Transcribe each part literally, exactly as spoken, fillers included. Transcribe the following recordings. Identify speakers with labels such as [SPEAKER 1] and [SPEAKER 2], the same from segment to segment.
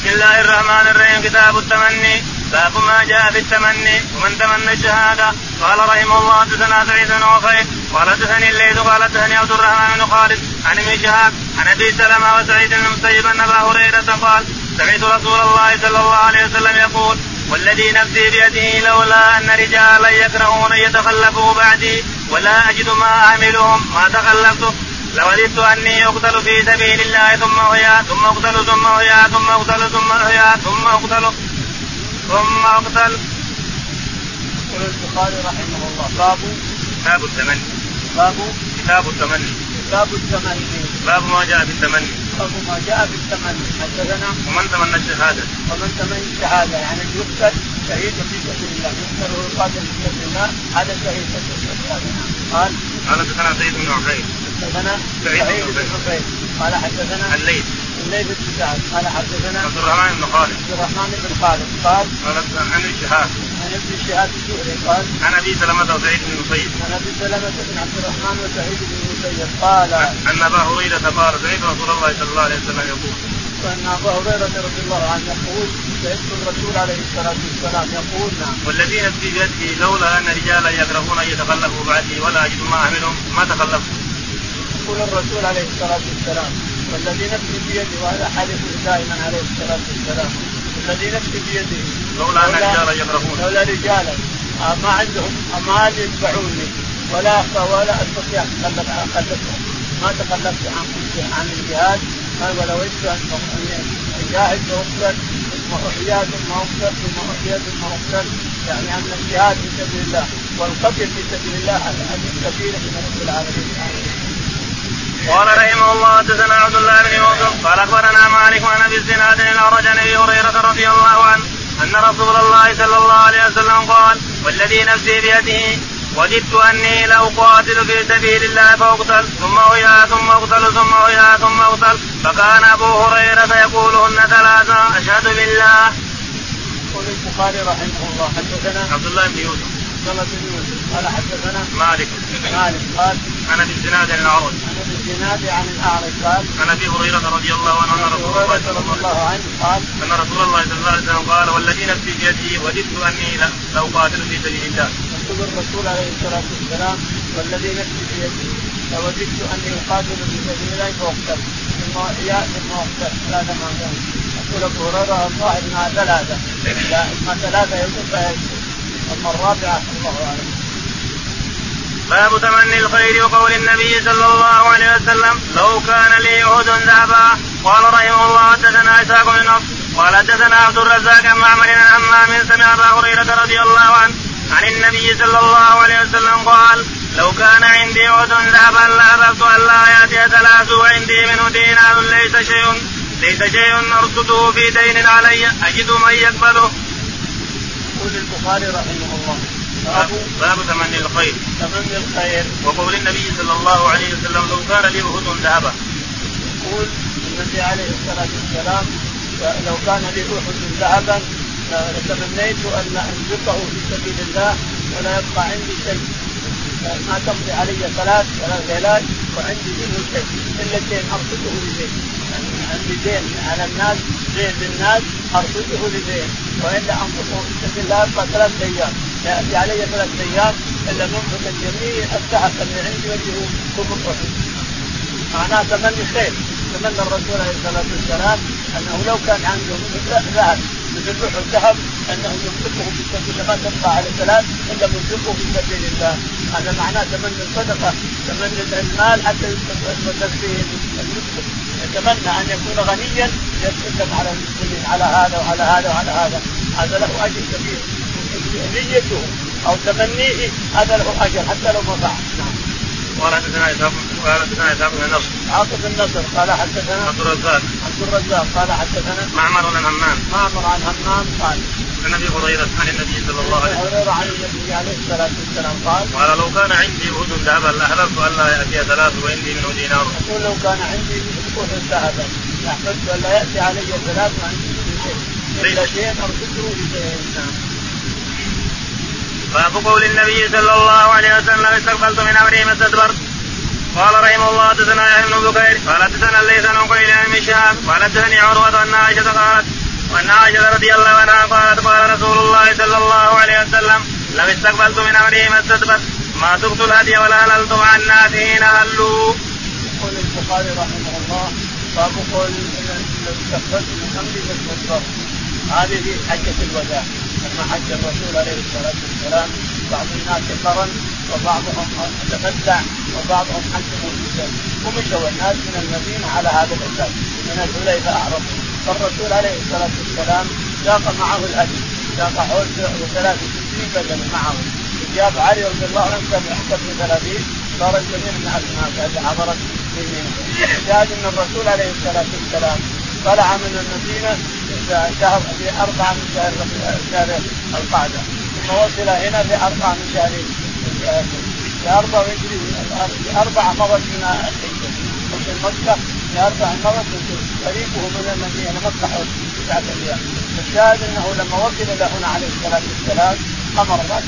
[SPEAKER 1] بسم الله الرحمن الرحيم. كتاب التمني. باب ما جاء في التمني ومن تمنى الشهادة. قال رحمه الله حدثنا سعيد بن عفير قال حدثني الليث قال حدثني عبد الرحمن بن خالد عن ابن شهاب عن ابي سلمة وسعيد بن المسيب ان ابا هريرة قال سمعت رسول الله صلى الله عليه وسلم يقول والذي نفسي بيده لولا ان رجالا يكرهون يتخلفوا بعدي ولا اجد ما اعملهم ما تخلفت لوددت اني اقتل في سبيل الله ثم احيا ثم اقتل ثم احيا ثم اقتل ثم احيا ثم اقتل ثم اقتل.
[SPEAKER 2] يقول البخاري رحمه الله باب
[SPEAKER 1] كتاب التمني.
[SPEAKER 2] باب
[SPEAKER 1] كتاب التمني.
[SPEAKER 2] كتاب التمني.
[SPEAKER 1] باب ما جاء في التمني.
[SPEAKER 2] باب ما جاء في التمني. حدثنا
[SPEAKER 1] ومن تمنى الشهادة.
[SPEAKER 2] ومن تمنى الشهادة يعني يقتل شهيد في سبيل الله يقتل ويقاتل في سبيل الله هذا شهيد في سبيل الله. قال
[SPEAKER 1] قال حدثنا سعيد بن عفير.
[SPEAKER 2] حدثنا سعيد بن عفير قال حدثنا
[SPEAKER 1] الليث.
[SPEAKER 2] الليث بن سعد قال حدثنا
[SPEAKER 1] عبد الرحمن بن خالد.
[SPEAKER 2] عبد الرحمن بن خالد قال
[SPEAKER 1] قال عن ابن شهاب.
[SPEAKER 2] عن ابن شهاب الزهري قال
[SPEAKER 1] عن ابي سلمة وسعيد بن المسيب.
[SPEAKER 2] عن ابي سلمة بن عبد الرحمن وسعيد بن المسيب قال
[SPEAKER 1] ان ابا هريرة قال سمعت رسول الله صلى الله عليه وسلم يقول
[SPEAKER 2] وان ابا هريرة رضي الله عنه يقول سمعت الرسول عليه الصلاة والسلام يقول نعم
[SPEAKER 1] والذي نفسي بيده لولا ان رجالا يكرهون ان يتخلفوا بعدي ولا اجد ما اعملهم ما تخلفت.
[SPEAKER 2] يقول الرسول عليه الصلاة والسلام والذي نفسي بيده وهذا حديث دائما عليه الصلاة والسلام الذي نفسي بيده
[SPEAKER 1] لولا ان رجالا يكرهون
[SPEAKER 2] لولا رجالا ما عندهم امال يتبعوني ولا ولا استطيع اتخلف خلفهم ما تخلفت عن عن الجهاد ولا ودت ان اجاهد واقتل ثم احيا ثم اقتل ثم احيا ثم اقتل يعني ان الجهاد في سبيل الله والقتل في سبيل الله هذا اجر كبير من رب العالمين.
[SPEAKER 1] قال رحمه الله حدثنا عبد الله بن يوسف قال اخبرنا مالك عن ابي الزناد الأعرج عن ابي هريرة رضي الله عنه ان رسول الله صلى الله عليه وسلم قال والذي نفسي بيده وددت اني لاقاتل في سبيل الله فاقتل ثم احيا ثم اقتل ثم احيا ثم اقتل فكان ابو هريرة يقولهن ثلاثا اشهد بالله.
[SPEAKER 2] يقول البخاري رحمه الله حدثنا
[SPEAKER 1] عبد الله بن يوسف
[SPEAKER 2] قال حدثنا
[SPEAKER 1] مالك
[SPEAKER 2] مالك قال
[SPEAKER 1] عن ابي الزناد الأعرج
[SPEAKER 2] عن ابي الزناد عن الأعرج قال
[SPEAKER 1] عن ابي هريرة رضي الله عنه ان رسول الله صلى الله عنه
[SPEAKER 2] قال
[SPEAKER 1] ان رسول الله صلى الله عليه وسلم قال والذي نفسي بيده وددت اني لاقاتل في سبيل الله.
[SPEAKER 2] يقول الرسول عليه الصلاة والسلام والذي نفسي بيده لوددت اني اقاتل في سبيل الله فاقتل ثم احيا ثم اقتل ثلاثة مرات. يقول ابو هريرة الظاهر انها ثلاثة لا اما ثلاثة يقول أما الرابعة الله أعلم.
[SPEAKER 1] باب تمني الخير وقول النبي صلى الله عليه وسلم لو كان لي عهد ذهبا. قال رحمه الله حدثنا إسحاق بن نصر قال حدثنا عبد الرزاق عن معمر عن همام سمع أبا هريرة رضي الله عنه عن النبي صلى الله عليه وسلم قال لو كان عندي عهد ذهبا لأحببت أن لا يأتي ثلاث وعندي منه دينار ليس شيء ليس شيء أرصده في دين علي أجد من يقبله.
[SPEAKER 2] يقول البخاري رحمه الله
[SPEAKER 1] باب, باب تمني الخير
[SPEAKER 2] تمني الخير وقول
[SPEAKER 1] النبي صلى الله عليه وسلم لو كان لي عهد ذهبا.
[SPEAKER 2] يقول النبي عليه الصلاة والسلام لو كان لي عهد ذهبا لتمنيت أن أنفقه في سبيل الله ولا يبقى عندي شيء ما تمضي علي ثلاث ثلاث ليلات وعندي منه شيء إلا دين أرصده لدين يعني عندي دين على الناس دين للناس أرصده لدين وإلا أنفقه في سبيل الله يبقى ثلاث أيام يأتي علي ثلاث أيام إلا ننفق الجميع التعب اللي عندي وجهه كفر أحد. معناه تمني خير. تمنى الرسول عليه الصلاة والسلام أنه لو كان عنده ذهب مثل أحد ذهب أنه ينفقه في سبيل الله ما تبقى على ثلاث إلا ينفقه في سبيل الله. هذا معناه تمني الصدقة تمني المال حتى يتصدق فيه المسلم. يتمنى أن يكون غنيا يتصدق على المسلمين على هذا وعلى هذا وعلى هذا هذا له أجر كبير. نيته أو تمنيه هذا له أجر حتى لو ما فعل.
[SPEAKER 1] قال حدثنا إسحاق قال حدثنا إسحاق بن نصر
[SPEAKER 2] عاصم بن نصر قال حدثنا
[SPEAKER 1] عبد الرزاق
[SPEAKER 2] عبد الرزاق قال حدثنا
[SPEAKER 1] معمر عن همام
[SPEAKER 2] معمر عن همام قال
[SPEAKER 1] عن ابي هريرة عن النبي صلى الله عليه وسلم
[SPEAKER 2] عن النبي عليه الصلاة والسلام قال
[SPEAKER 1] قال لو كان عندي عهد ذهبا لأحببت أن لا يأتي ثلاث وعندي منه دينار.
[SPEAKER 2] يقول لو كان عندي عهد ذهبا لأحببت أن لا يأتي علي ثلاث وعندي منه شيء إلا شيء أرسله لشيء.
[SPEAKER 1] باب قول النبي صلى الله عليه وسلم استقبلت من أمري ما استدبرت. قال رحمه الله حدثنا يحيى بن بكير قال حدثنا الليث عن عقيل عن ابن شهاب قال حدثني عروة أن عائشة قالت أن عائشة رضي الله عنها قالت قال رسول الله صلى الله عليه وسلم لو استقبلت من أمري ما استدبرت ما سقت الهدي ولا هللت مع الناس حين هلوا.
[SPEAKER 2] يقول البخاري رحمه الله باب قول لو استقبلت من أمري ما استدبرت. هذه في حجة الوداع لما حج الرسول عليه الصلاة والسلام بعض الناس قرن وبعضهم تمتع وبعضهم حج موجودا ومشوا الناس من المدينة على هذا الأساس من الحليفة أعرف. فالرسول عليه الصلاة والسلام ساق معه الهدي ساق حول ثلاث سنين بدل معه جاب علي رضي الله عنه أحسن من ثلاثين صار الجميع من الناس اللي حضرت في منى. شاهد أن الرسول عليه الصلاة والسلام طلع من المدينة شهر في أربعة من شهر شهر القعدة ثم وصل هنا في أربعة من شهر في أربعة في أربعة مضت من الحجة وفي مكة في أربعة مضت طريقه من المدينة مكة حول تسعة أيام. الشاهد أنه لما وصل له هنا عليه الصلاة والسلام أمر الناس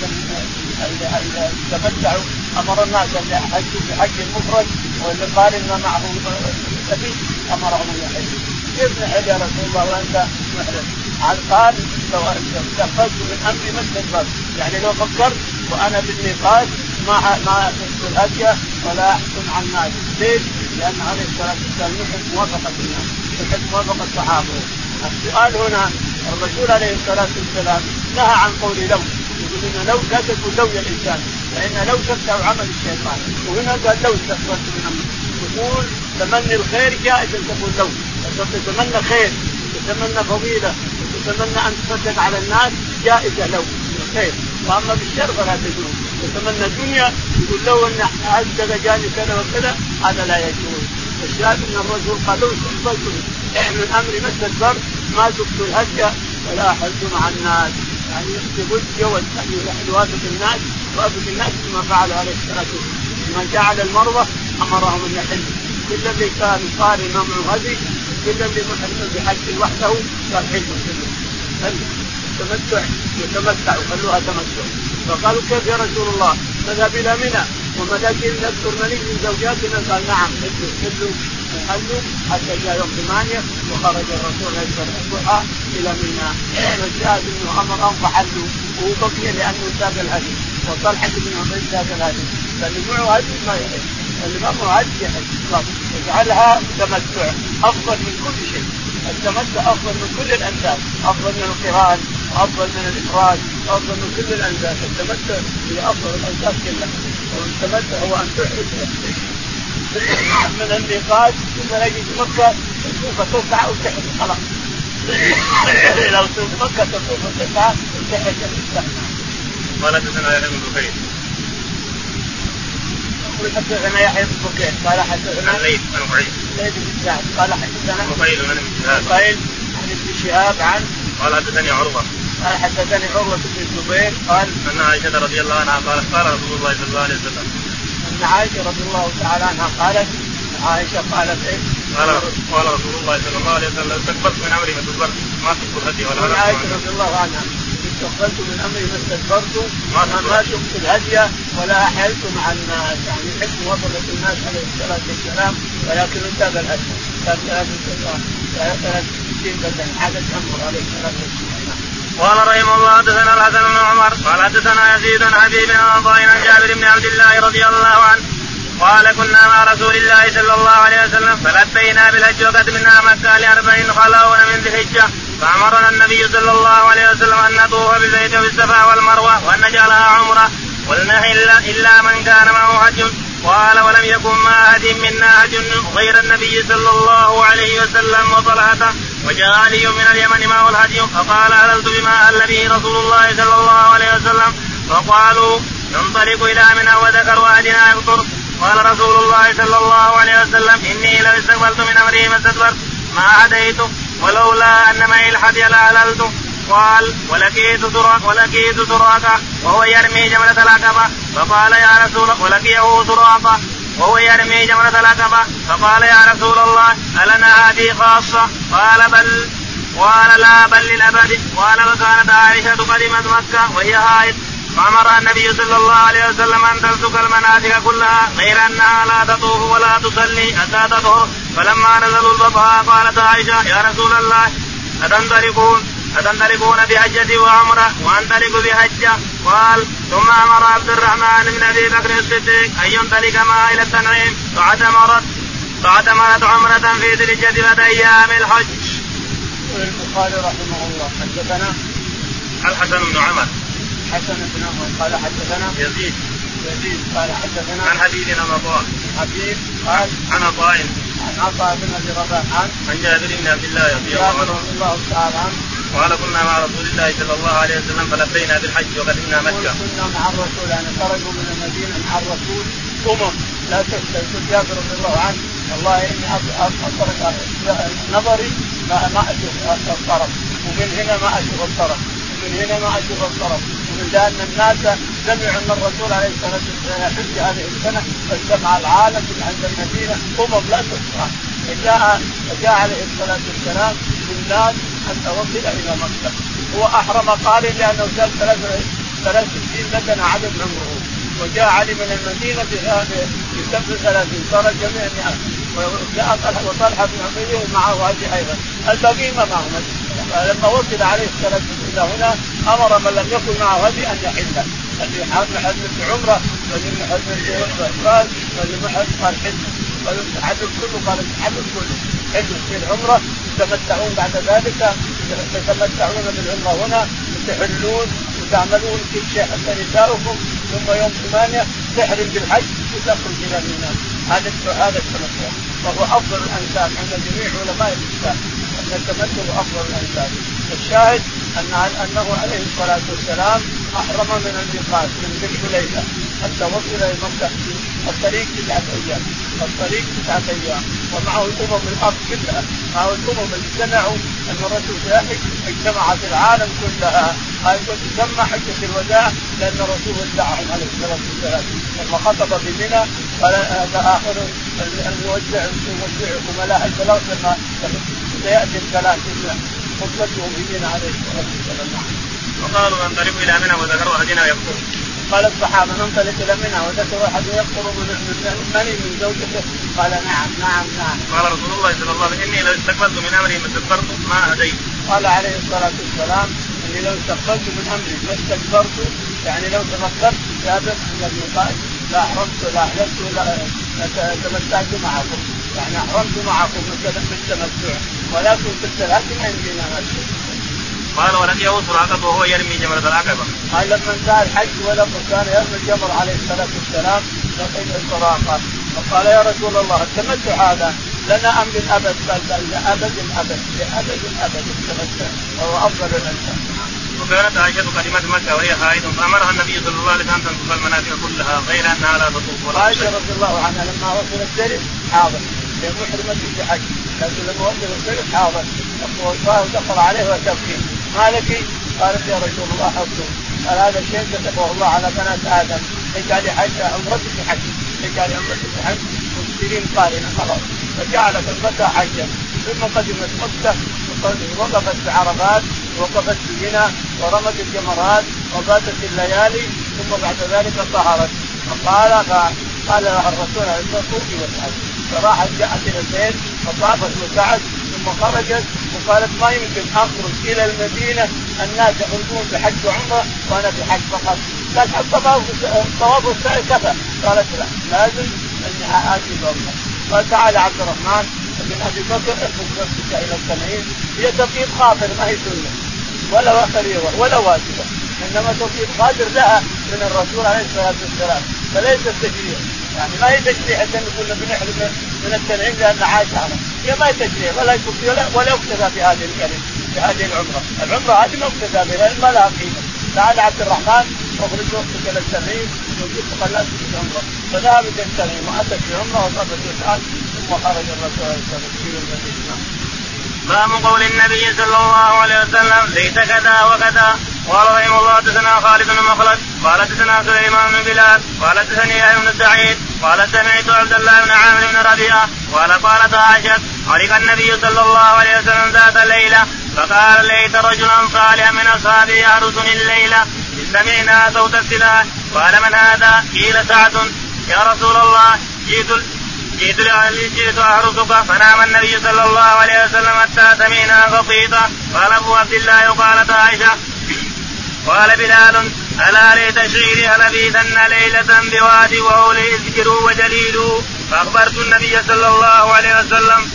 [SPEAKER 2] اللي تمتعوا أمر الناس اللي حجوا بحج المفرد واللي قال إن معه سبيل أمرهم يحجوا. كيف نحج يا رسول الله وأنت محرم؟ قال لو استقبلت من أمري ما استدبرت يعني لو فكرت وأنا بالميقات ما ما أخذت الهدية ولا أحكم عن الناس. ليش؟ لأن عليه الصلاة والسلام يحب موافقة الناس يحب موافقة صحابه. السؤال هنا الرسول عليه الصلاة والسلام نهى عن قول لو يقول إن لو لا تقول لو يا الإنسان فإن لو تفتح عمل الشيطان. وهنا قال لو استقبلت من أمري تقول تمني الخير جائز أن تقول لو تتمنى خير تتمنى فضيلة تتمنى أن تصدق على الناس جائزة لو الخير. وأما بالشر فلا تجوز. تتمنى الدنيا يقول لو أن أصدق جاني كذا وكذا هذا لا يجوز. الشاهد أن الرسول قال لو استقبلت من أمري ما استدبرت ما سقت الهدي ولا حلت مع الناس يعني يقول جوز أن يوافق الناس وافق الناس كما فعل عليه الصلاة والسلام. لما جاء على المروة أمرهم أن يحلوا كل اللي كان قارئ ممنوع هدي كل اللي محرم بحج وحده قال حلوا كله تمتع يتمتع وخلوها تمتع. فقالوا كيف يا رسول الله نذهب إلى منى وملكين نذكر ملك من زوجاتنا؟ قال نعم حلوا حلوا حلوا حتى جاء يوم ثمانية وخرج الرسول عليه الصلاة والسلام إلى منى. والشاهد أنه أمرهم فحلوا وهو بقي لأنه ساق الهدي وطلحة بن عبيد ساق الهدي فاللي معه هدي ما يحل اللي ما معه هدي يحل. اجعلها تمتع أفضل من كل شيء. التمتع أفضل من كل الأنساب أفضل من القران أفضل من الإفراد أفضل من كل الأنساب. التمتع هي أفضل الأنساب كلها. والتمتع هو أن تحرص من الميقات ثم نجي في مكة تطوف تسعة وتحج خلاص. لو تطوف مكة تطوف تسعة وتحج الإسلام.
[SPEAKER 1] قال حدثنا يحيى بن بكير
[SPEAKER 2] حدثنا يحيى بن بكير قال حدثنا
[SPEAKER 1] الليث بن معين
[SPEAKER 2] الليث بن سعد قال حدثنا
[SPEAKER 1] مقيل بن شهاب
[SPEAKER 2] مقيل عن ابن شهاب عن
[SPEAKER 1] قال حدثني عروة
[SPEAKER 2] قال حدثني عروة بن الزبير قال
[SPEAKER 1] أن عائشة رضي الله عنها قالت قال رسول الله صلى الله عليه وسلم
[SPEAKER 2] أن عائشة رضي الله تعالى عنها قالت عائشة قالت إيه؟
[SPEAKER 1] قال قال رسول الله صلى الله عليه وسلم استقبلت من أمري ما استدبرت ما سقت الهدي ولا هللت.
[SPEAKER 2] عائشة رضي الله عنها استقبلت من أمري ما استدبرت ما ما سقت الهدي ولا أحلت مع الناس يعني يحب موافقة الناس عليه الصلاة والسلام ولكن انتهى الهدي كان ثلاث ستين بدن عدد أمر عليه الصلاة والسلام.
[SPEAKER 1] قال رحمه الله حدثنا الحسن بن عمر قال حدثنا يزيد بن حبيب عن عن جابر بن عبد الله رضي الله عنه قال كنا مع رسول الله صلى الله عليه وسلم فلبينا بالحج وقدمنا مكة لأربعين خلون من ذي الحجة فأمرنا النبي صلى الله عليه وسلم أن نطوف بالبيت بالصفا والمروة وأن نجعلها عمرة ولنحل إلا من كان معه حج. قال ولم يكن مع أحد منا حج غير النبي صلى الله عليه وسلم وطلحة وجاء علي من اليمن معه الحج فقال هللت بما أهل به رسول الله صلى الله عليه وسلم فقالوا ننطلق إلى منى وذكر أحدنا يقطر. قال رسول الله صلى الله عليه وسلم إني لو استقبلت من أمري ما استدبرت ما عديته ولولا أن معي الحدي لأهللته. قال ولقيت سراقة ولقيت سراقة وهو يرمي جمرة العقبة فقال يا رسول الله ولقيه سراقة وهو يرمي جمرة العقبة فقال يا رسول الله ألنا هذه خاصة؟ قال بل قال لا بل للأبد. قال وكانت عائشة قدمت مكة وهي حائض فأمر النبي صلى الله عليه وسلم أن تسلك المناسك كلها غير أنها لا تطوف ولا تصلي حتى تطهر. فلما نزلوا البطحاء قالت عائشة يا رسول الله أتنطلقون أتنطلقون بحجة وعمرة وأنطلق بحجة؟ قال ثم أمر عبد الرحمن بن أبي بكر الصديق أن ينطلق معه إلى التنعيم فاعتمرت فاعتمرت عمرة في ذي الحجة أيام الحج.
[SPEAKER 2] البخاري رحمه الله حدثنا
[SPEAKER 1] الحسن بن عمر
[SPEAKER 2] حسن بن عمر قال حدثنا
[SPEAKER 1] يزيد
[SPEAKER 2] يزيد قال حدثنا
[SPEAKER 1] عن حبيب بن عطاء
[SPEAKER 2] حبيب قال
[SPEAKER 1] عن عطاء
[SPEAKER 2] عن عطاء بن ابي رباح عن
[SPEAKER 1] عن جابر بن عبد الله رضي الله عنه قال كنا مع رسول الله صلى الله عليه وسلم فلبينا بالحج وقدمنا مكة.
[SPEAKER 2] كنا مع الرسول يعني خرجوا من المدينة مع الرسول أمم لا تستيقظ. جابر رضي الله عنه والله إني أطرق نظري ما ما أشوف الطرف ومن هنا ما أشوف الطرف ومن هنا ما أشوف الطرف ومن لأن الناس سمعوا أن الرسول عليه الصلاة والسلام يحج هذه السنة فاجتمع العالم عند المدينة أمم لا تحصى. فجاء فجاء عليه الصلاة والسلام بالناس حتى وصل إلى مكة. هو أحرم قارن لأنه كان ثلاث ثلاث سنين لدنا عدد عمره وجاء علي من المدينة في سبع ثلاثين صار جميع مئة وجاء طلحة وطلحة بن عبيد معه هذه أيضا الباقين ما معهم. لما وصل عليه الصلاة والسلام هنا أمر من لم يكن معه هذه أن يحل اللي حج بعمرة واللي حج بإفراد واللي حج قال حج والحج كله قال الحج كله حج في العمرة تتمتعون بعد ذلك تتمتعون بالعمرة هنا وتحلون وتعملون كل شيء حتى نساؤكم ثم يوم ثمانية تحرم بالحج وتخرج إلى الميناء. هذا هذا التمتع وهو أفضل الأنساب عند جميع علماء الإسلام أن التمتع أفضل الأنساب. الشاهد أن أنه عليه الصلاة والسلام أحرم من الميقات من ذي الحليفة حتى وصل إلى مكة. الطريق تسعة أيام الطريق تسعة أيام ومعه الأمم الأرض كلها معه الأمم اللي سمعوا أن الرسول سيحج اجتمعت العالم كلها. هذه تسمى حجة الوداع لأن الرسول ودعهم عليه الصلاة والسلام لما خطب بمنى قال هذا آخر المودع يودعكم لا حج له لما سيأتي الكلام خطبته بمنى عليه الصلاة والسلام.
[SPEAKER 1] وقالوا ننطلق إلى منى وذكروا أحدنا يقول
[SPEAKER 2] قال الصحابة ننطلق إلى منى وذكر أحد يقطر من مني من زوجته قال نعم نعم نعم.
[SPEAKER 1] قال رسول الله صلى الله عليه وسلم إني لو استقبلت من أمري ما استكبرت ما هديت.
[SPEAKER 2] قال عليه الصلاة والسلام إني لو استقبلت من أمري ما استكبرت يعني لو تفكرت سابق الذي قال لا أحرمت لا أحلفت لا تمتعت معكم يعني أحرمت معكم بالتمتع ولكن كنت لكن عندي نمت.
[SPEAKER 1] قال ولم يوصل عقبه وهو يرمي جمرة العقبة.
[SPEAKER 2] قال لما انتهى الحج ولم كان يرمي الجمر عليه الصلاة والسلام لقيت الصراخة فقال يا رسول الله التمتع هذا لنا أم للأبد؟ قال لأبد الأبد لأبد الأبد التمتع وهو أفضل الأنسان.
[SPEAKER 1] وكانت عائشة قدمت مكة وهي حائض فأمرها النبي صلى الله عليه وسلم أن تنصف المناسك كلها غير أنها لا تطوف.
[SPEAKER 2] عائشة رضي الله عنها لما وصل السرب حاضر هي محرمة بحج لكن لما وصل السرب حاضر ودخل عليه وتبكي ما لك؟ قالت يا رسول الله حفظه. قال هذا الشيء كتبه الله على بنات آدم اجعل حج عمرتك حج اجعل عمرتك حج واشترين قارنة خلاص فجعلت عمرتها حجا. ثم قدمت مكة وقفت بعرفات وقفت بمنى ورمت الجمرات وباتت الليالي ثم بعد ذلك طهرت. فقال قال لها الرسول عليه الصلاة والسلام فراحت جاءت إلى البيت فطافت وسعت ثم خرجت وقالت ما يمكن أخرج إلى المدينة الناس يخرجون بحج وعمرة وأنا بحج فقط. قال الطواف والسعي كفى. قالت لا لازم أني آتي بعمرة. قال تعالى عبد الرحمن بن أبي بكر اخرج نفسك إلى التنعيم هي توقيت خاطر ما هي سنة ولا فريضة ولا واجبة إنما توقيت خاطر لها من الرسول عليه الصلاة والسلام فليس التشريع يعني ما هي تشريع أن كنا بنحرم من التنعيم لأن عاشها هي ما هي تشريع ولا ولا ولا اقتدى بهذه الكلمة بهذه العمرة. العمرة هذه ما اقتدى بها ما لها قيمة. تعال عبد الرحمن اخرج وقتك إلى التنعيم وجدت خلاص في العمرة فذهبت التنعيم وأتت في العمرة وصلت الآن ثم خرج الرسول عليه الصلاة والسلام.
[SPEAKER 1] باب قول النبي صلى الله عليه وسلم ليس كذا وكذا. قال رحمه الله حدثنا خالد بن مخلد قال حدثنا سليمان بن بلال قال حدثني يحيى بن سعيد قال سمعت عبد الله بن عامر بن ربيعه قال قالت عائشة علق النبي صلى الله عليه وسلم ذات الليلة فقال ليت رجلا صالحا من اصحابه يحرسني الليلة سمعنا صوت السلاح قال من هذا؟ قيل سعد. يا رسول الله جئت جئت لأهلي جئت أحرسك فنام النبي صلى الله عليه وسلم حتى سمعنا غطيطا. قال أبو عبد الله وقالت عائشة قال بلال ألا ليت شعري هلبيثن ليلة بوادي وأولي ذكر وجليل. فأخبرت النبي صلى الله عليه وسلم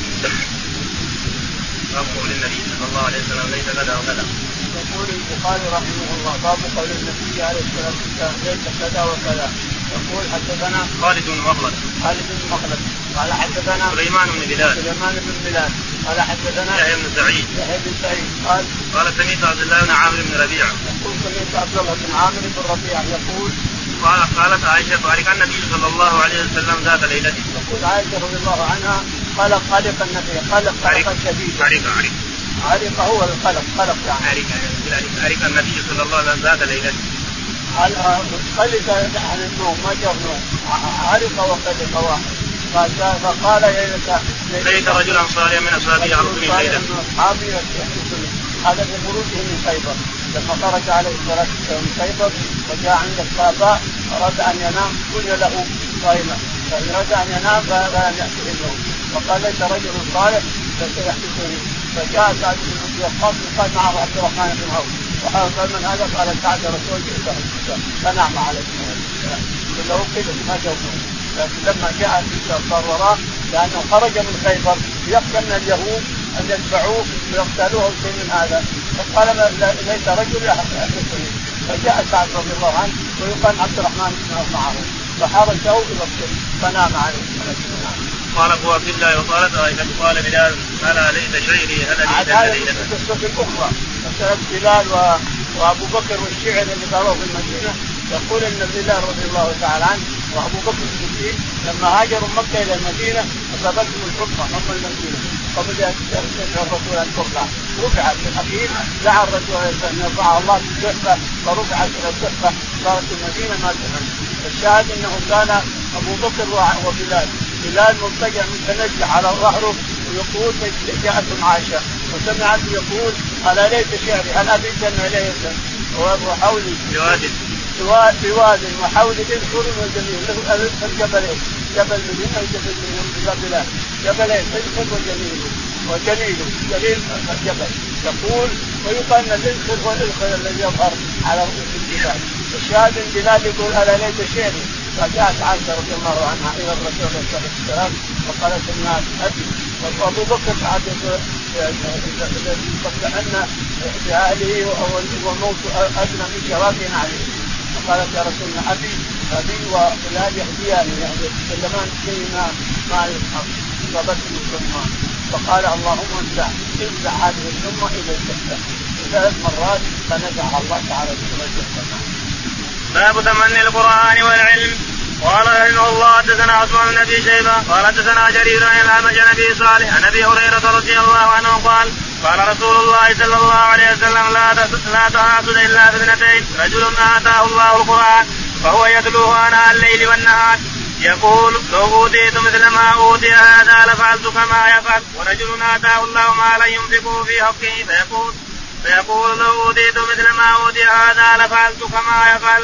[SPEAKER 1] فقول النبي صلى الله عليه وسلم ليس كذا وكذا.
[SPEAKER 2] يقول البخاري رحمه الله باب قول النبي عليه الصلاة والسلام ليس كذا وكذا. يقول حدثنا
[SPEAKER 1] خالد بن مخلد
[SPEAKER 2] خالد بن مخلد قال حدثنا
[SPEAKER 1] سليمان بن بلال
[SPEAKER 2] سليمان بن بلال قال حدثنا
[SPEAKER 1] يحيى بن سعيد
[SPEAKER 2] يحيى بن سعيد قال
[SPEAKER 1] قال سمعت عبد الله بن عامر بن ربيعة
[SPEAKER 2] يقول سمعت عبد الله بن عامر بن ربيعة يقول
[SPEAKER 1] قال قالت عائشة فارق النبي صلى الله عليه وسلم ذات ليلة.
[SPEAKER 2] يقول عائشة رضي الله عنها قلق قلق النبي قلق قلقا شديدا.
[SPEAKER 1] عرق عرق
[SPEAKER 2] عرق هو القلق قلق يعني
[SPEAKER 1] عرق عرق النبي صلى الله عليه وسلم ذات ليلة.
[SPEAKER 2] قلق عن النوم ما جاء نوم عرق وقلق واحد. فقال
[SPEAKER 1] ليت رجلا صالحا من أصحابه يحرسني ليلة.
[SPEAKER 2] هذا في خروجه من خيبر لما خرج عليه الصلاة والسلام من خيبر وجاء عند الصحابة أراد أن ينام كل له صائما فأراد أن ينام فلم يأته النوم وقال ليس رجل صالح فسيحدثني. فجاء سعد بن أبي وقاص وقال معه عبد الرحمن بن عوف وقال من هذا؟ قال سعد رسول الله فنام عليه كله كذا ما جاءوا. لكن لما جاء صار وراه لأنه خرج من خيبر يخشى من اليهود أن يتبعوه ويقتلوه شيء من هذا فقال ليس رجل يحدثني. فجاء سعد رضي الله عنه ويقال عبد الرحمن بن عوف معه فحرجه إلى الصبح فنام عليه.
[SPEAKER 1] قال أبو عبد الله وقالت عائشة قال بلال ألا ليت شعري هل ليت ليلة.
[SPEAKER 2] القصة الأخرى مسألة بلال وأبو بكر والشعر اللي قالوه في المدينة. يقول ان بلال رضي الله تعالى عنه وابو بكر الصديق لما هاجروا مكه الى المدينه اصابتهم الحكمه هم المدينه قبل ان يرسل الرسول ان ترفع رفعت في الاخير دعا الرسول ان يرفعها الله في الصحبه فرفعت الى الصحبه صارت المدينه ما تهم. الشاهد انه كان ابو بكر وبلال بلال مضطجع متنجع على ظهره ويقول جاءتهم عائشه وسمعته يقول الا ليت شعري هل ابيت ان ليله وحولي في واد وحول الخور والجميل له الجبلين جبل مدينة وجبل بلاد جبلين الخور والجميل وجليل جليل الجبل. يقول ويقال ان الخور والخور الذي يظهر على رؤوس الجبال. الشاهد بلال يقول الا ليت شعري. فجاءت عائشة رضي الله عنها الى الرسول صلى الله عليه وسلم وقالت الناس ابي وابو بكر بعد كأن باهله وموت ادنى من شراك عليه. قالت يا رسول الله أبي أبي وبلال يهدياني يتكلمان شيء ما ما يفهم فبسم الأمة. فقال اللهم انزع انزع هذه الأمة إلى الجنة ثلاث مرات فنزع الله تعالى إلى الجنة.
[SPEAKER 1] باب تمني القرآن والعلم. قال رحمه الله حدثنا عثمان بن ابي شيبه قال حدثنا جرير عن الأعمش عن ابي صالح عن ابي هريره رضي الله عنه قال قال رسول الله صلى الله عليه وسلم لا لا تحاسد الا باثنتين رجل اتاه الله القرآن فهو يتلوه اناء الليل والنهار يقول لو اوتيت مثل ما اوتي هذا لفعلت كما يفعل ورجل اتاه الله مالا ينفقه في حقه فيقول فيقول لو اوتيت مثل ما اوتي هذا لفعلت كما يفعل.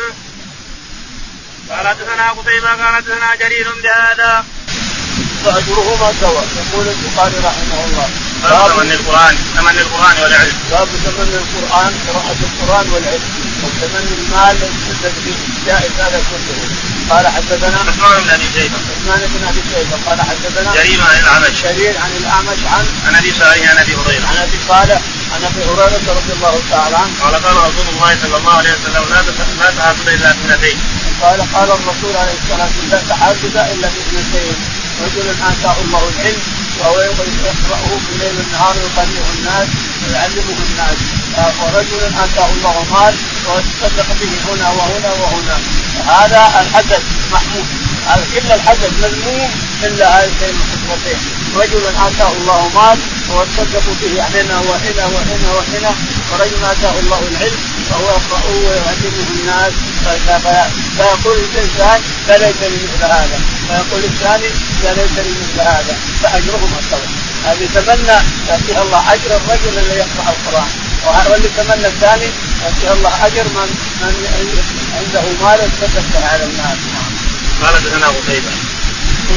[SPEAKER 1] قال حدثنا قتيبة قال حدثنا جرير بهذا
[SPEAKER 2] فأجرهما سواء. يقول البخاري رحمه الله
[SPEAKER 1] باب تمني القرآن تمني القرآن والعلم.
[SPEAKER 2] باب تمني القرآن قراءة القرآن والعلم وتمني المال الذي جائز هذا كله. قال حدثنا
[SPEAKER 1] عثمان بن ابي شيبه
[SPEAKER 2] عثمان بن ابي شيبه قال حدثنا
[SPEAKER 1] جرير عن الأعمش
[SPEAKER 2] جرير عن الأعمش عن
[SPEAKER 1] عن ابي صالح عن ابي هريره
[SPEAKER 2] عن ابي صالح عن ابي هريره رضي الله تعالى عنه
[SPEAKER 1] قال قال رسول الله صلى الله عليه وسلم لا تحاسد الا باثنتين.
[SPEAKER 2] قال قال الرسول عليه الصلاه والسلام لا تحاسد الا باثنتين رجل اتاه الله العلم وهو يقرأه في الليل والنهار ويقرئه الناس ويعلمه الناس ورجل اتاه الله مال ويتصدق به هنا وهنا وهنا. هذا الحدث محمود كل الحدث مذموم الا هذين الخطوتين رجل اتاه الله مال ويتصدق به هنا وهنا وهنا وهنا ورجل اتاه الله العلم فهو يقرأه ويعلمه الناس فيقول الانسان لا ليتني مثل هذا ويقول الثاني لا ليتني مثل هذا فاجرهما سواء. هذا يتمنى يأتي الله اجر الرجل الذي يقرأ القرآن واللي يتمنى الثاني يأتي الله اجر من من عنده مال يتصدق على الناس.
[SPEAKER 1] قال حدثنا قتيبة
[SPEAKER 2] ثم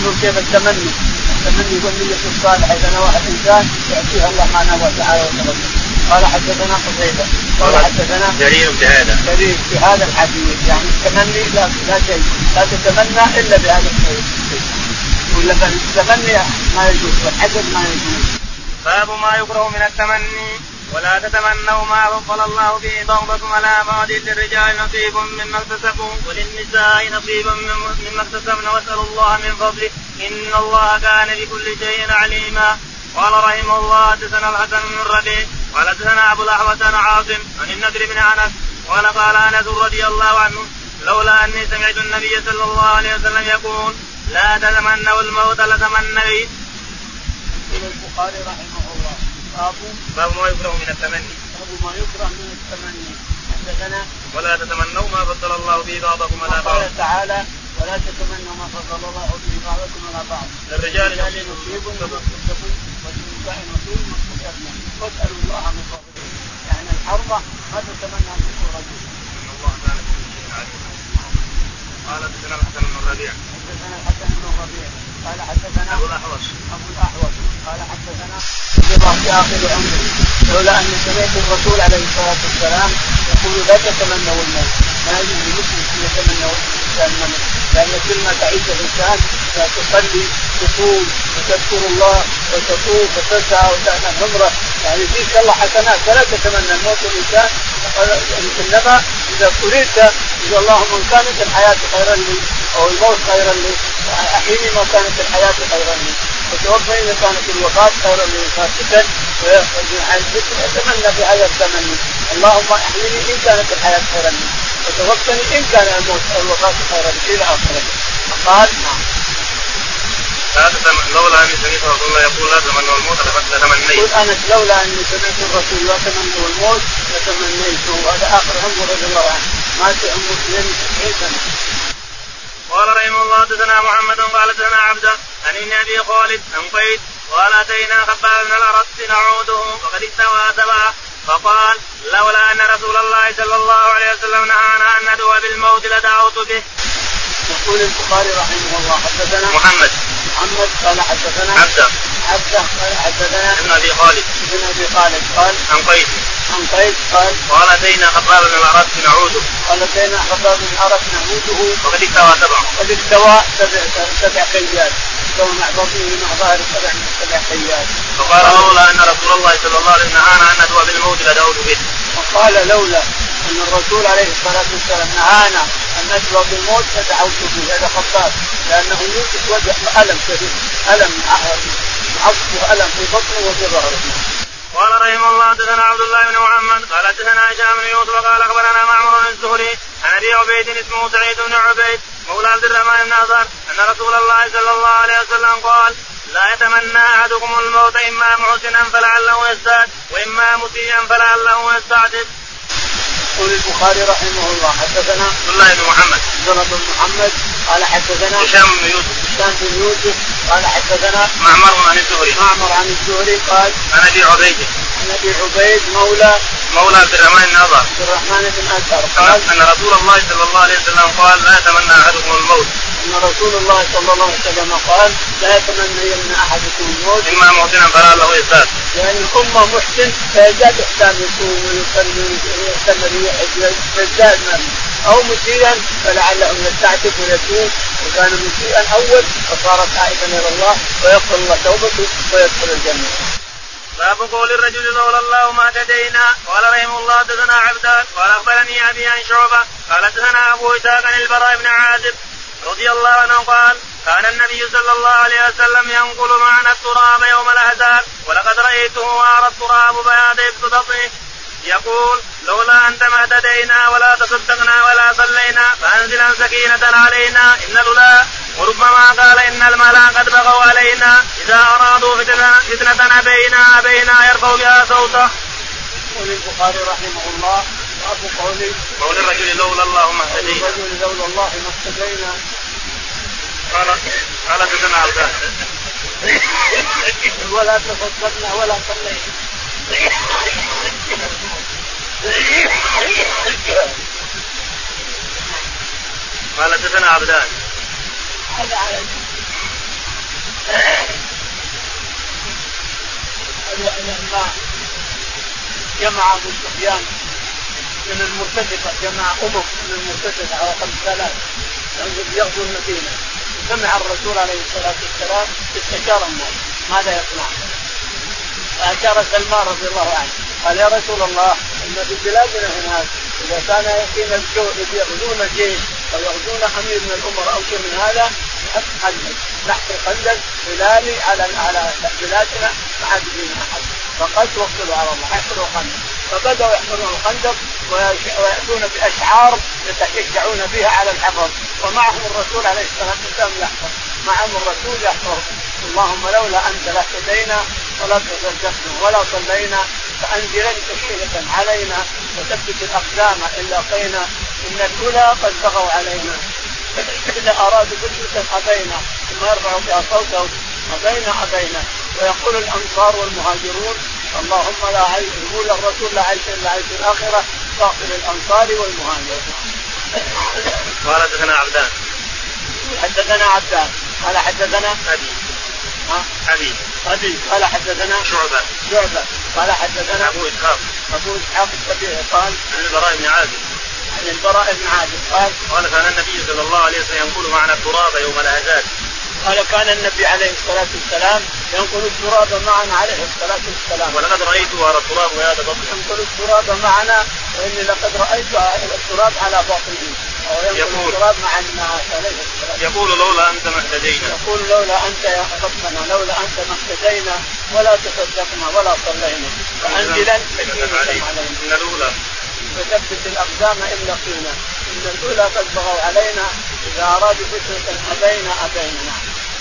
[SPEAKER 2] انظر كيف التمني التمني يقول لي في الصالح اذا انا واحد انسان يعطيه الله سبحانه وتعالى وتوكل. قال حدثنا قتيبة قال حدثنا
[SPEAKER 1] جرير بهذا
[SPEAKER 2] جرير بهذا الحديث يعني التمني لا لا شيء لا تتمنى الا بهذا الشيء ولا التمني ما يجوز والحسد ما يجوز.
[SPEAKER 1] باب ما يكره من التمني ولا تتمنوا ما فضل الله به بعضكم على بعض للرجال نصيب مما اكتسبوا وللنساء نصيب مما اكتسبن واسألوا الله من فضله إن الله كان بكل شيء عليما. قال رحمه الله حدثنا الحسن بن الربيع قال حدثنا أبو الأحوص عن عاصم عن النضر بن أنس قال قال أنس رضي الله عنه لولا أني سمعت النبي صلى الله عليه وسلم يقول لا تتمنوا الموت لتمنوا.
[SPEAKER 2] البخاري رحمه الله باب
[SPEAKER 1] باب ما يكره من التمني
[SPEAKER 2] باب ما يكره من التمني. حدثنا
[SPEAKER 1] ولا تتمنوا ما فضل الله به بعضكم على بعض.
[SPEAKER 2] قال تعالى ولا تتمنوا ما فضل الله به بعضكم على بعض
[SPEAKER 1] للرجال
[SPEAKER 2] نصيب مما اكتسبوا وللنساء نصيب مما اكتسبن واسألوا الله من فضله. يعني الحرمة ما تتمنى ان تكون رجل
[SPEAKER 1] ان الله كان بكل شيء عليما. قال حدثنا الحسن بن الربيع
[SPEAKER 2] حدثنا الحسن بن الربيع قال حدثنا
[SPEAKER 1] ابو الاحوص
[SPEAKER 2] ابو الاحوص قال حدثنا في اخر عمري لولا ان سمعت الرسول عليه الصلاه والسلام يقول لا تتمنوا الموت. ما يجوز لمسلم ان يتمنى الموت لان كل ما تعيش الانسان تصلي تصوم وتذكر الله وتطوف وتسعى وتعمل عمره يعني فيك الله حسنات فلا تتمنى الموت الانسان. انما اذا قلت اذا اللهم ان كانت الحياه خيرا لي او الموت خيرا لي احيني ما كانت الحياه خيرا لي وتوفى اذا كانت الوفاه خيرا لي فاسكتا ويتمنى بهذا التمني اللهم احيني ان كانت الحياه خيرا لي وتوفني ان كان الموت او الوفاه خيرا لي الى اخره. قال نعم
[SPEAKER 1] لولا اني سمعت رسول الله يقول لا تتمنوا الموت لتمنيت.
[SPEAKER 2] يقول انا لولا اني سمعت الرسول لا تتمنوا الموت لتمنيته. وهذا اخر عمر رضي الله عنه مات عمره اثنين وتسعين سنه.
[SPEAKER 1] قال رحمه الله حدثنا محمد قال حدثنا عبده عن ابن ابي خالد عن قيس قال اتينا خباب بن الارت نعوده وقد استوى سبعه فقال لولا ان رسول الله صلى الله عليه وسلم نهانا ان ندعو بالموت لدعوت به.
[SPEAKER 2] يقول البخاري رحمه الله حدثنا
[SPEAKER 1] محمد
[SPEAKER 2] محمد قال حدثنا
[SPEAKER 1] عبده
[SPEAKER 2] عبده قال حدثنا
[SPEAKER 1] ابن ابي خالد
[SPEAKER 2] ابن ابي خالد قال
[SPEAKER 1] عن قيس
[SPEAKER 2] عن قيس قال
[SPEAKER 1] قال اتينا خباب بن الارت نعوده
[SPEAKER 2] قال اتينا خباب بن الارت نعوده
[SPEAKER 1] وقد استوى سبعه
[SPEAKER 2] قد استوى سبع سبع خيات استوى مع بطنه مع ظهر سبع سبع خيات.
[SPEAKER 1] فقال لولا ان رسول الله صلى الله عليه وسلم نهانا ان ندعو بالموت لدعوت به.
[SPEAKER 2] وقال لولا ان الرسول عليه الصلاه والسلام نهانا ان ندعو بالموت لدعوت به. هذا خطاب لانه يوجد وجه الم شديد الم عصب الم في بطنه وفي ظهره.
[SPEAKER 1] قال رحمه الله حدثنا عبد الله بن محمد قال حدثنا هشام بن يوسف قال اخبرنا معمر بن الزهري عن ابي عبيد اسمه سعيد بن عبيد مولى عبد الرحمن بن عزار ان رسول الله صلى الله عليه وسلم قال لا يتمنى احدكم الموت اما محسنا فلعله يزداد واما مسيئا فلعله يستعتب.
[SPEAKER 2] يقول البخاري رحمه الله حدثنا
[SPEAKER 1] عبد الله بن محمد
[SPEAKER 2] عبد بن محمد قال حدثنا
[SPEAKER 1] هشام بن يوسف
[SPEAKER 2] هشام بن يوسف قال حدثنا
[SPEAKER 1] معمر عن الزهري
[SPEAKER 2] معمر عن الزهري قال
[SPEAKER 1] عن ابي عبيد
[SPEAKER 2] عن ابي عبيد مولى
[SPEAKER 1] مولى عبد الرحمن بن عزار
[SPEAKER 2] عبد الرحمن بن عزار قال
[SPEAKER 1] ان رسول الله صلى الله عليه وسلم قال لا يتمنى احدكم الموت.
[SPEAKER 2] ان رسول الله صلى الله عليه وسلم قال لا يتمنى ان احدكم الموت
[SPEAKER 1] اما محسنا فلعله يزداد.
[SPEAKER 2] يعني الامه محسن فيزداد احسان يصوم ويصلي ويستمر يزداد او مسيئا فلعله يستعتب ويتوب وكان مسيئا اول فصار تائبا الى الله ويغفر الله توبته ويدخل الجنه.
[SPEAKER 1] باب قول الرجل لولا الله ما اهتدينا. قال رحمه الله حدثنا عبدان قال اخبرني ابي عن شعبه قال حدثنا ابو اسحاق عن البراء بن عازب رضي الله عنه قال كان النبي صلى الله عليه وسلم ينقل معنا التراب يوم الاحزاب ولقد رايته وارى التراب بياض ابتدته يقول لولا انت ما اهتدينا ولا تصدقنا ولا صلينا فانزلا سكينه علينا ان لولا وربما قال ان الملا قد بغوا علينا اذا ارادوا فتنه, فتنة ابينا ابينا يرفع بها صوته.
[SPEAKER 2] يقول البخاري رحمه الله باب قول
[SPEAKER 1] قول الرجل لولا الله ما اهتدينا
[SPEAKER 2] الرجل لولا الله ما اهتدينا
[SPEAKER 1] قال قال حدثنا عبدان
[SPEAKER 2] ولا تصدقنا ولا صلينا
[SPEAKER 1] قال حدثنا عبدان
[SPEAKER 2] لما جمع أبو سفيان من المرتفقة، جمع أمم من المرتفقة على خمس آلاف يغزو المدينة، سمع الرسول عليه الصلاة والسلام استشار الناس ماذا يصنع، فأشار سلمان رضي الله عنه قال يا رسول الله إن في بلادنا هناك إذا كان يقين الجو إذ يغزون الجيش أو يغزون أمير من الأمر أو شيء من هذا خندق نحفر خندق خلالي على على بلادنا ما حد فينا أحد فقد توكلوا على الله يحفروا خندق. فبدأوا يحفرون الخندق ويأتون بأشعار يشجعون بها على الحفر، ومعهم الرسول عليه الصلاة والسلام يحفر، معهم الرسول يحفر. اللهم لولا أنت لاهتدينا ولا تصدقنا ولا صلينا فأنزلن سكينة علينا وثبت الأقدام إن لاقينا إن الأولى قد بغوا علينا إذا أرادوا فتنة أبينا ثم يرفعوا بها صوتهم أبينا أبينا. ويقول الأنصار والمهاجرون اللهم لا عيش، يقول الرسول لا عيش إلا عيش الآخرة فاغفر الأنصار والمهاجرين.
[SPEAKER 1] قال حدثنا عبدان
[SPEAKER 2] حدثنا عبدان قال حدثنا
[SPEAKER 1] أبي أبي
[SPEAKER 2] أبي قال حدثنا
[SPEAKER 1] شعبة
[SPEAKER 2] شعبة قال حدثنا
[SPEAKER 1] أبو إسحاق
[SPEAKER 2] أبو إسحاق السبيعي قال
[SPEAKER 1] عن البراء بن عازب
[SPEAKER 2] عن البراء بن عازب قال
[SPEAKER 1] قال كان النبي صلى الله عليه وسلم ينقل معنا التراب يوم الأحزاب.
[SPEAKER 2] قال كان النبي عليه الصلاة والسلام ينقل التراب معنا عليه الصلاة والسلام
[SPEAKER 1] ولقد رأيته على التراب وهذا بطن
[SPEAKER 2] ينقل التراب معنا وإني لقد رأيت التراب على بطنه أو ينقل التراب مع الناس عليه الصلاة.
[SPEAKER 1] يقول لولا أنت ما اهتدينا
[SPEAKER 2] يقول لولا أنت يا ربنا لولا أنت ما اهتدينا ولا تصدقنا ولا صلينا فأنزلا سكينة علينا
[SPEAKER 1] إن الأولى
[SPEAKER 2] وثبت الأقدام إن لقينا إن الأولى قد بغوا علينا إذا أرادوا فتنة أبينا أبينا.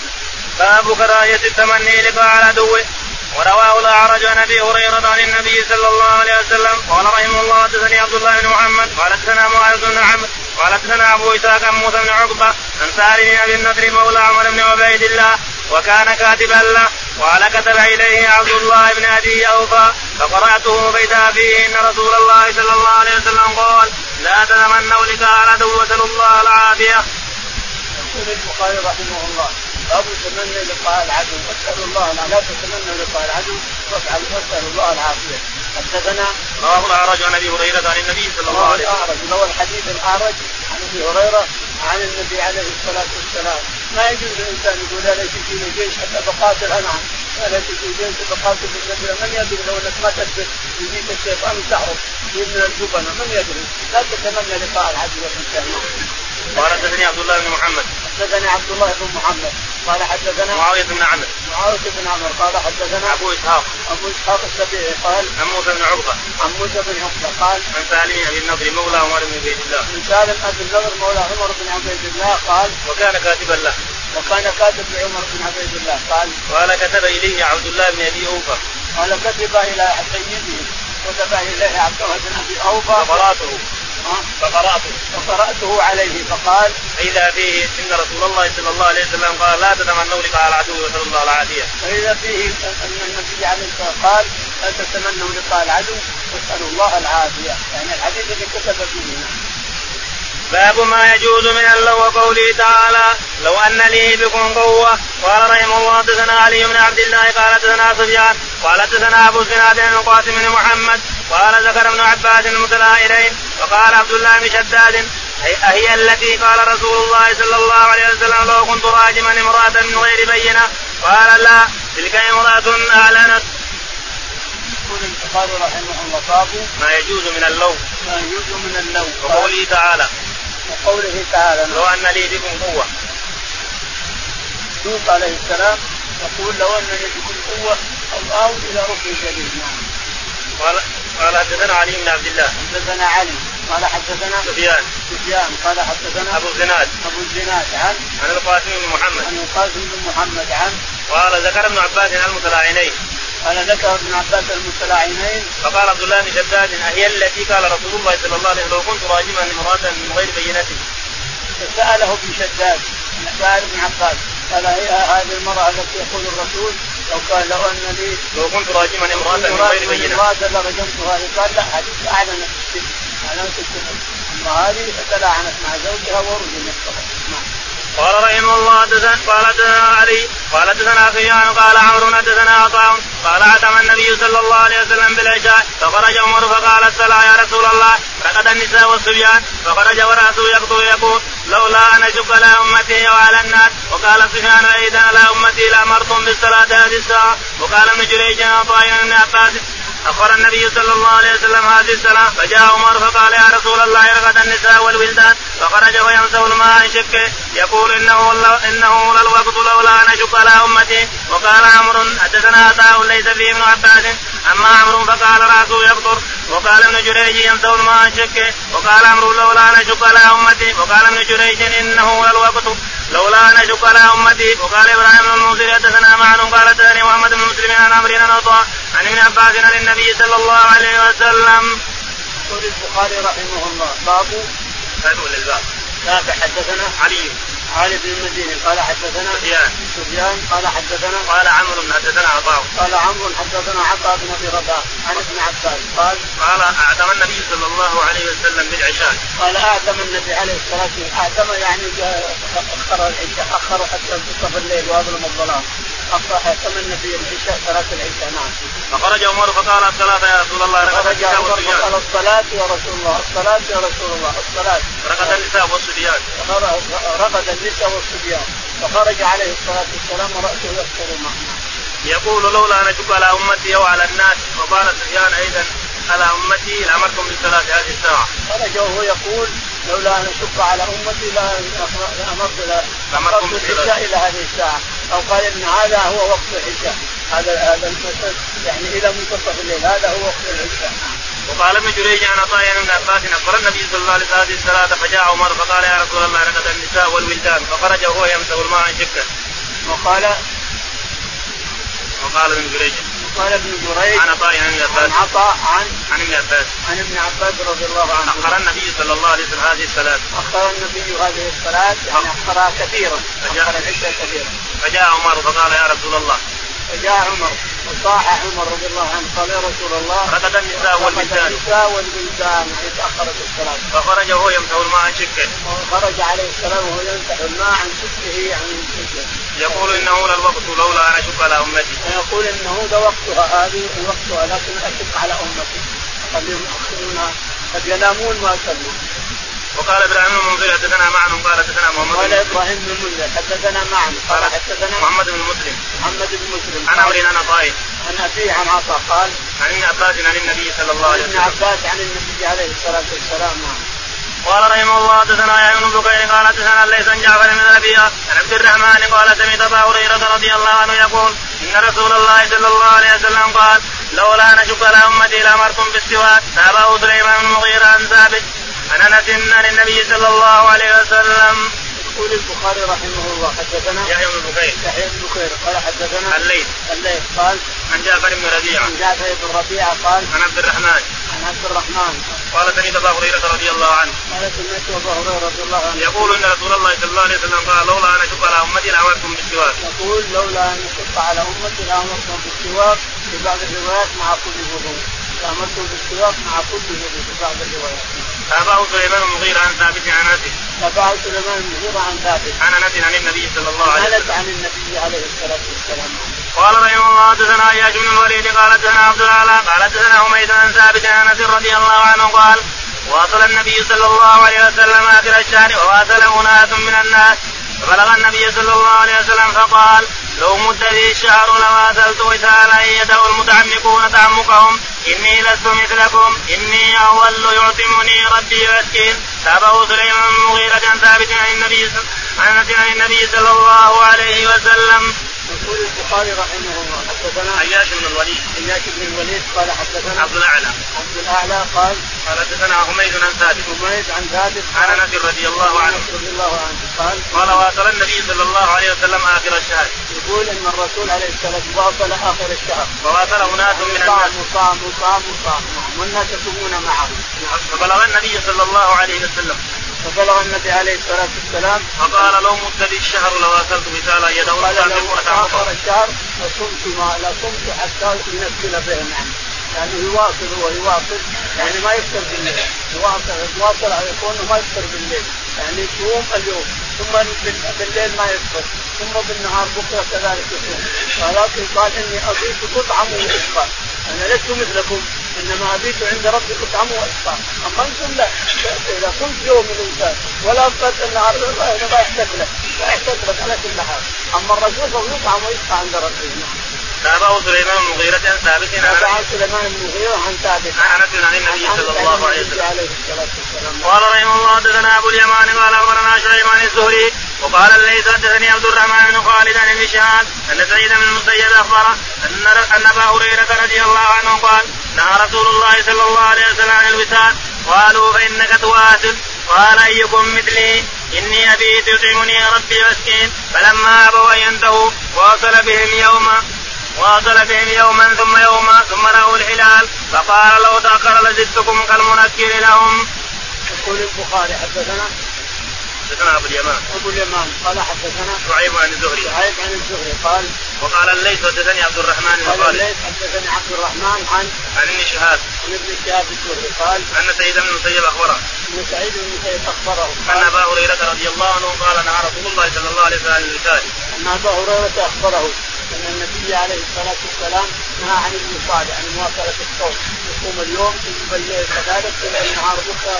[SPEAKER 1] باب كراهية التمني لقاء العدو. ورواه الأعرج عن أبي هريرة عن النبي صلى الله عليه وسلم قال رحمه الله حدثني عبد الله بن محمد قال حدثنا معاذ بن عمرو قال حدثنا أبو إسحاق عن موسى بن عقبة عن سالم بن النضر مولى عمر بن عبيد الله وكان كاتبا له وعلى كتب إليه عبد الله بن أبي أوفى فقرأته بيتها فيه إن رسول الله صلى الله عليه وسلم قال لا تتمنوا لقاء العدو واسألوا الله العافية.
[SPEAKER 2] يقول البخاري رحمه الله باب تمنى لقاء العدو واسأل الله لا تتمنى لقاء العدو واسأل الله العافية. حدثنا
[SPEAKER 1] رواه الأعرج عن أبي هريرة عن النبي صلى الله عليه وسلم.
[SPEAKER 2] رواه الحديث الأعرج عن أبي هريرة عن النبي عليه الصلاة والسلام ما يجوز الإنسان يقول لا ليس فينا جيش حتى بقاتل أنا لا ليس في جيش بقاتل بالنبي من يدري لو أنك ما تثبت يجيك الشيطان تعرف من الجبنة من يدري لا تتمنى لقاء العدو والإنسان.
[SPEAKER 1] قال حدثني عبد الله بن محمد
[SPEAKER 2] حدثني عبد الله بن محمد قال حدثنا
[SPEAKER 1] معاوية بن عمرو
[SPEAKER 2] معاوية بن عمرو قال حدثنا
[SPEAKER 1] أبو إسحاق
[SPEAKER 2] أبو إسحاق السبيعي قال
[SPEAKER 1] عن موسى بن عقبة
[SPEAKER 2] عن موسى بن عقبة قال
[SPEAKER 1] عن سالم بن النضر مولى عمر بن عبيد الله
[SPEAKER 2] عن سالم بن النضر مولى عمر بن عبيد الله قال
[SPEAKER 1] وكان كاتبا له
[SPEAKER 2] وكان كاتب لعمر بن عبيد الله قال
[SPEAKER 1] قال كتب إليه عبد الله بن أبي أوفى
[SPEAKER 2] قال كتب إلى سيده كتب إليه عبد الله بن أبي أوفى
[SPEAKER 1] فقرأته فقرأته
[SPEAKER 2] فقرأته عليه فقال
[SPEAKER 1] فإذا فيه إن رسول الله صلى الله عليه وسلم قال لا تتمنوا لقاء العدو واسألوا الله العافية.
[SPEAKER 2] فإذا فيه أن النبي عليه الصلاة والسلام قال لا تتمنوا لقاء العدو واسألوا الله العافية يعني الحديث الذي كتب فيه.
[SPEAKER 1] باب ما يجوز من اللغو وقوله تعالى لو أن لي بكم قوة. قال رحمه الله حدثنا علي بن عبد الله قال حدثنا سفيان قال حدثنا أبو الزناد بن القاسم بن محمد قال ذكر ابن عباس المتلاعبين وقال عبد الله بن شداد أهي التي قال رسول الله صلى الله عليه وسلم لو كنت راجما امرأة من غير بينة قال لا تلك امرأة أعلنت.
[SPEAKER 2] يقول البخاري رحمه الله باب
[SPEAKER 1] ما يجوز من اللو
[SPEAKER 2] ما يجوز من اللو
[SPEAKER 1] وقوله تعالى
[SPEAKER 2] وقوله تعالى
[SPEAKER 1] لو أن لي بكم قوة.
[SPEAKER 2] لوط عليه السلام يقول لو أن لي بكم قوة أو آوي إلى ركن شديد. نعم.
[SPEAKER 1] قال قال حدثنا علي بن عبد الله
[SPEAKER 2] حدثنا علي قال حدثنا
[SPEAKER 1] سفيان
[SPEAKER 2] سفيان قال حدثنا
[SPEAKER 1] أبو الزناد
[SPEAKER 2] أبو الزناد عن
[SPEAKER 1] عن القاسم بن محمد
[SPEAKER 2] عن القاسم بن محمد عن
[SPEAKER 1] قال ذكر ابن عباس المتلاعنين
[SPEAKER 2] قال ذكر ابن عباس المتلاعنين
[SPEAKER 1] فقال عبد الله بن شداد أهي التي قال رسول الله صلى الله عليه وسلم لو كنت راجما امرأة من غير بينة.
[SPEAKER 2] فسأله ابن شداد سأل ابن عباس قال هي هذه المرأة التي يقول الرسول لو قال لو أن لي
[SPEAKER 1] لو كنت راجما امرأة من غير بينة
[SPEAKER 2] امرأة لرجمتها قال لا هذه أعلنت أعلنت السنة أما هذه فتلاعنت مع زوجها ورجمت.
[SPEAKER 1] قال رحمه الله قال حدثنا علي قال حدثنا سفيان قال عمرو حدثنا عطاء قال عتم النبي صلى الله عليه وسلم بالعشاء فخرج عمر فقال الصلاة يا رسول الله رقد النساء والصبيان فخرج ورأسه يقطر يقول لولا أن أشق على أمتي وعلى الناس. وقال سفيان أيضا على أمتي لأمرتم بالصلاة هذه الساعة. وقال ابن جريج وطائر بن عباس أخر النبي صلى الله عليه وسلم هذه الصلاة فجاء عمر فقال يا رسول الله رقد النساء والولدان فخرج ويمسه الماء عن شقه يقول إنه إنه للوقت لولا أن أشق على أمتي. وقال عمرو حدثنا عطاء ليس فيه ابن عباس أما عمرو فقال رأسه يقطر. وقال ابن جريج يمسه الماء عن شقه. وقال عمرو لولا أن أشق على أمتي. وقال ابن جريج إنه للوقت لولا أن أشق على أمتي. وقال إبراهيم بن المنذر حدثنا معن قال ثاني محمد بن مسلم عن عمرو بن عطاء عن ابن عباس عن النبي صلى الله عليه وسلم.
[SPEAKER 2] يقول البخاري رحمه الله باب تابع حدثنا
[SPEAKER 1] علي
[SPEAKER 2] علي بن المديني قال حدثنا
[SPEAKER 1] سفيان
[SPEAKER 2] سفيان قال حدثنا
[SPEAKER 1] قال عمرو حدثنا عطاء
[SPEAKER 2] قال عمرو حدثنا عطاء بن ابي رباح عن ابن عباس قال
[SPEAKER 1] قال اعتم النبي صلى الله عليه وسلم بالعشاء.
[SPEAKER 2] قال اعتم النبي عليه الصلاه والسلام اعتم يعني اخر العشاء اخر حتى منتصف الليل واظلم الظلام اعتم النبي العشاء صلاه العشاء. نعم.
[SPEAKER 1] فخرج عمر فقال الصلاه يا رسول الله
[SPEAKER 2] خرج عمر فقال الصلاه يا رسول الله الصلاه يا رسول الله الصلاه
[SPEAKER 1] رقد النساء والصبيان
[SPEAKER 2] رقد النساء والصبيان فخرج عليه الصلاه والسلام وراسه يذكر معنا
[SPEAKER 1] يقول لولا ان اشق على امتي وعلى الناس. وقال سفيان ايضا على امتي لامرتم بالصلاه هذه الساعه.
[SPEAKER 2] خرج وهو يقول لولا ان اشق على امتي لامرت
[SPEAKER 1] لامرتم
[SPEAKER 2] بالعشاء الى هذه الساعه او قال ان هذا هو وقت العشاء هذا هذا المسجد يعني الى منتصف الليل هذا هو وقت العشاء.
[SPEAKER 1] وقال ابن جريج عن عطاء بن عباس اخبر النبي صلى الله عليه وسلم هذه الصلاه فجاء عمر فقال يا رسول الله رقد النساء والولدان فخرج وهو يمسح الماء عن شقه.
[SPEAKER 2] وقال
[SPEAKER 1] وقال ابن جريج
[SPEAKER 2] قال ابن جريج
[SPEAKER 1] عن عطاء عن عباس
[SPEAKER 2] عن عطاء عن
[SPEAKER 1] عن ابن عباس
[SPEAKER 2] عن ابن عباس رضي الله عنه
[SPEAKER 1] اخر النبي صلى الله عليه وسلم هذه الصلاه
[SPEAKER 2] اخر النبي هذه الصلاه يعني اخرها كثيرا اخر العشاء كثيرا.
[SPEAKER 1] فجاء عمر فقال يا رسول الله
[SPEAKER 2] فجاء عمر وصاح عمر رضي الله عنه قال يا رسول الله
[SPEAKER 1] رقد النساء والولدان
[SPEAKER 2] النساء والولدان تاخرت الصلاه.
[SPEAKER 1] فخرج وهو يمسح الماء عن شقه.
[SPEAKER 2] وخرج عليه السلام وهو يمسح الماء عن شقه عن شقه.
[SPEAKER 1] يقول انه للوقت لولا ان اشق على امتي.
[SPEAKER 2] يقول انه ده وقتها هذه وقتها لكن اشق على امتي قد يؤخرونها قد ينامون ما يصلون.
[SPEAKER 1] وقال ابراهيم بن المنذر حدثنا معن قال حدثنا محمد
[SPEAKER 2] قال ابراهيم بن المنذر حدثنا معن قال حدثنا
[SPEAKER 1] محمد بن مسلم
[SPEAKER 2] محمد بن مسلم
[SPEAKER 1] عن عمرو عن عطاء
[SPEAKER 2] عن ابي عن عطاء قال
[SPEAKER 1] عن ابن عباس عن النبي صلى الله عليه وسلم
[SPEAKER 2] عن ابن عباس عن النبي عليه الصلاه والسلام.
[SPEAKER 1] قال رحمه الله حدثنا يحيى بن بكير قال حدثنا ليس عن جعفر بن ابي عن عبد الرحمن قال سمعت ابا هريره رضي الله عنه يقول ان رسول الله صلى الله عليه وسلم قال لولا ان اشق على امتي لامرتم بالسواك. تابعه سليمان بن المغيرة عن ثابت عن انس عن النبي صلى الله عليه وسلم.
[SPEAKER 2] يقول البخاري رحمه الله حدثنا
[SPEAKER 1] يحيى بن بكير
[SPEAKER 2] يحيى بن بكير قال حدثنا
[SPEAKER 1] الليث
[SPEAKER 2] الليث قال
[SPEAKER 1] عن جعفر بن ربيعه
[SPEAKER 2] عن جعفر بن ربيعه قال
[SPEAKER 1] عن عبد الرحمن
[SPEAKER 2] عن عبد الرحمن
[SPEAKER 1] قال سمعت ابا هريره رضي الله عنه
[SPEAKER 2] قال سمعت ابا هريره رضي الله عنه
[SPEAKER 1] يقول ان رسول الله صلى الله عليه وسلم قال لولا ان اشق على امتي لامرتم بالسواك.
[SPEAKER 2] يقول لولا ان اشق على امتي لامرتم بالسواك في بعض الروايات مع كل وضوء لامرتم بالسواك مع كل وضوء في بعض الروايات.
[SPEAKER 1] تابعه سليمان بن المغيرة عن ثابت عن انس
[SPEAKER 2] تابعه سليمان بن المغيرة عن ثابت
[SPEAKER 1] عن انس عن النبي صلى الله عليه وسلم
[SPEAKER 2] عن النبي عليه الصلاه والسلام.
[SPEAKER 1] قال رحمه الله حدثنا اياش بن الوليد قال حدثنا عبد الاعلى قال حدثنا حميد عن ثابت عن انس رضي الله عنه قال واصل النبي صلى الله عليه وسلم اخر الشهر وواصل اناس من الناس فبلغ النبي صلى الله عليه وسلم فقال لو مد لي الشهر لواصلت وسالا يدعو المتعمقون تعمقهم اني لست مثلكم اني اول يعتمني ربي ويسكين. تابعه سليمان بن المغيرة عن ثابت عن النبي عن النبي صلى الله عليه وسلم.
[SPEAKER 2] يقول البخاري رحمه الله حدثنا
[SPEAKER 1] اياش بن الوليد
[SPEAKER 2] اياش بن الوليد قال حدثنا
[SPEAKER 1] عبد الاعلى
[SPEAKER 2] عبد الاعلى قال
[SPEAKER 1] قال حدثنا حميد عن ثابت
[SPEAKER 2] حميد عن ثابت
[SPEAKER 1] عن انس رضي الله عنه
[SPEAKER 2] رضي الله عنه قال
[SPEAKER 1] قال واصل النبي صلى الله عليه وسلم اخر الشهر.
[SPEAKER 2] يقول ان الرسول عليه الصلاه والسلام واصل اخر الشهر
[SPEAKER 1] وواصل اناس من الناس
[SPEAKER 2] وصام وصام وصام والناس يصومون معه.
[SPEAKER 1] فبلغ النبي صلى الله عليه وسلم
[SPEAKER 2] فبلغ النبي عليه الصلاه والسلام
[SPEAKER 1] فقال لو مد لي الشهر لواصلت مثالا يدعو المتعمقون
[SPEAKER 2] تعمقهم الشهر وصمت ما لا صمت حتى ينزل بهم يعني يعني يواصل هو يواصل يعني ما يفطر بالليل يواصل يواصل على يكون ما يفطر بالليل يعني يصوم اليوم ثم بالليل ما يفطر ثم بالنهار بكره كذلك يصوم. ولكن قال اني ابيت اطعم وافطر، انا لست مثلكم انما ابيت عند ربي اطعم وافطر. اما انتم لا، اذا كنت يوم الانسان ولا افطرت النهار ما يحتاج لك لا يحتاج لك على كل حال. اما الرسول فهو يطعم ويفطر عند ربه.
[SPEAKER 1] تابعه سليمان بن مغيرة عن ثابت
[SPEAKER 2] تابعه سليمان بن مغيرة عن ثابت
[SPEAKER 1] عن انس عن النبي صلى الله عليه وسلم
[SPEAKER 2] وسلم.
[SPEAKER 1] قال رحمه الله حدثنا ابو اليمان قال اخبرنا شعيب عن الزهري وقال الليث حدثني عبد الرحمن بن خالد عن ابن شهاب ان سعيد بن المسيب اخبره ان ان ابا هريرة رضي الله عنه قال نهى رسول الله صلى الله عليه وسلم عن الوساد قالوا فانك تواصل قال ايكم مثلي اني ابيت يطعمني ربي مسكين فلما ابوا ان ينتهوا واصل بهم يوما واصل بهم يوما ثم يوما ثم رأوا الهلال فقال لو تأخر لزدتكم كالمنكر لهم.
[SPEAKER 2] يقول البخاري حدثنا
[SPEAKER 1] حدثنا ابو اليمان
[SPEAKER 2] ابو اليمان قال حدثنا
[SPEAKER 1] شعيب عن الزهري
[SPEAKER 2] شعيب عن الزهري قال
[SPEAKER 1] وقال الليث حدثني عبد الرحمن بن
[SPEAKER 2] خالد الليث حدثني عبد الرحمن عن
[SPEAKER 1] عن ابن شهاب
[SPEAKER 2] عن ابن شهاب الزهري قال
[SPEAKER 1] ان سعيد بن المسيب اخبره
[SPEAKER 2] ان سعيد بن المسيب اخبره
[SPEAKER 1] ان ابا هريرة رضي الله عنه قال نهى رسول الله صلى الله عليه وسلم عن الوساد
[SPEAKER 2] ان ابا هريرة اخبره ان النبي عليه الصلاه والسلام نهى عن الوصال عن مواصله الصوم يقوم اليوم ثم بالليل كذلك الى النهار بكره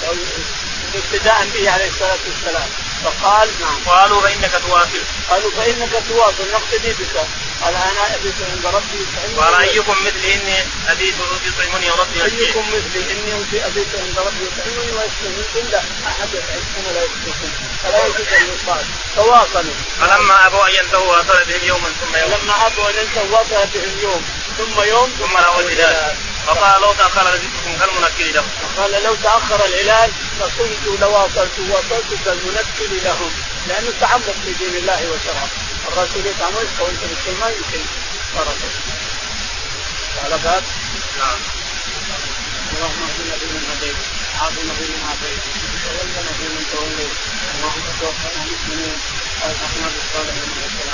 [SPEAKER 2] ابتداء به عليه الصلاه والسلام. فقال نعم
[SPEAKER 1] قالوا فانك تواصل
[SPEAKER 2] قالوا فانك تواصل نقتدي بك قال انا ابيت عند ربي يطعمني.
[SPEAKER 1] قال ايكم مثلي اني ابيت يطعمني ربي
[SPEAKER 2] ايكم مثلي اني ابيت عند ربي يطعمني ويسقيني الا احد يطعمكم ولا يسقيكم فلا يجوز الوصال. تواصلوا
[SPEAKER 1] فلما ابوا ان ينتهوا واصل بهم يوما ثم يوم
[SPEAKER 2] لما ابوا ان ينتهوا واصل بهم يوم ثم يوم
[SPEAKER 1] ثم رأوا الهلال فقال لو تأخر لزدتكم كالمنكر لهم.
[SPEAKER 2] قال لو تأخر الهلال فكنت لواصلت وصلت كالمنكر لهم لأنه تعمق في دين الله وشرعه. الرسول يطعم ويسقى وانت بالكل ما يمكن فرصه. على باب
[SPEAKER 1] نعم.
[SPEAKER 2] اللهم اهدنا فيمن هديت وعافنا فيمن عافيت وتولنا فيمن توليت اللهم توفنا مسلمين والحقنا بالصالحين.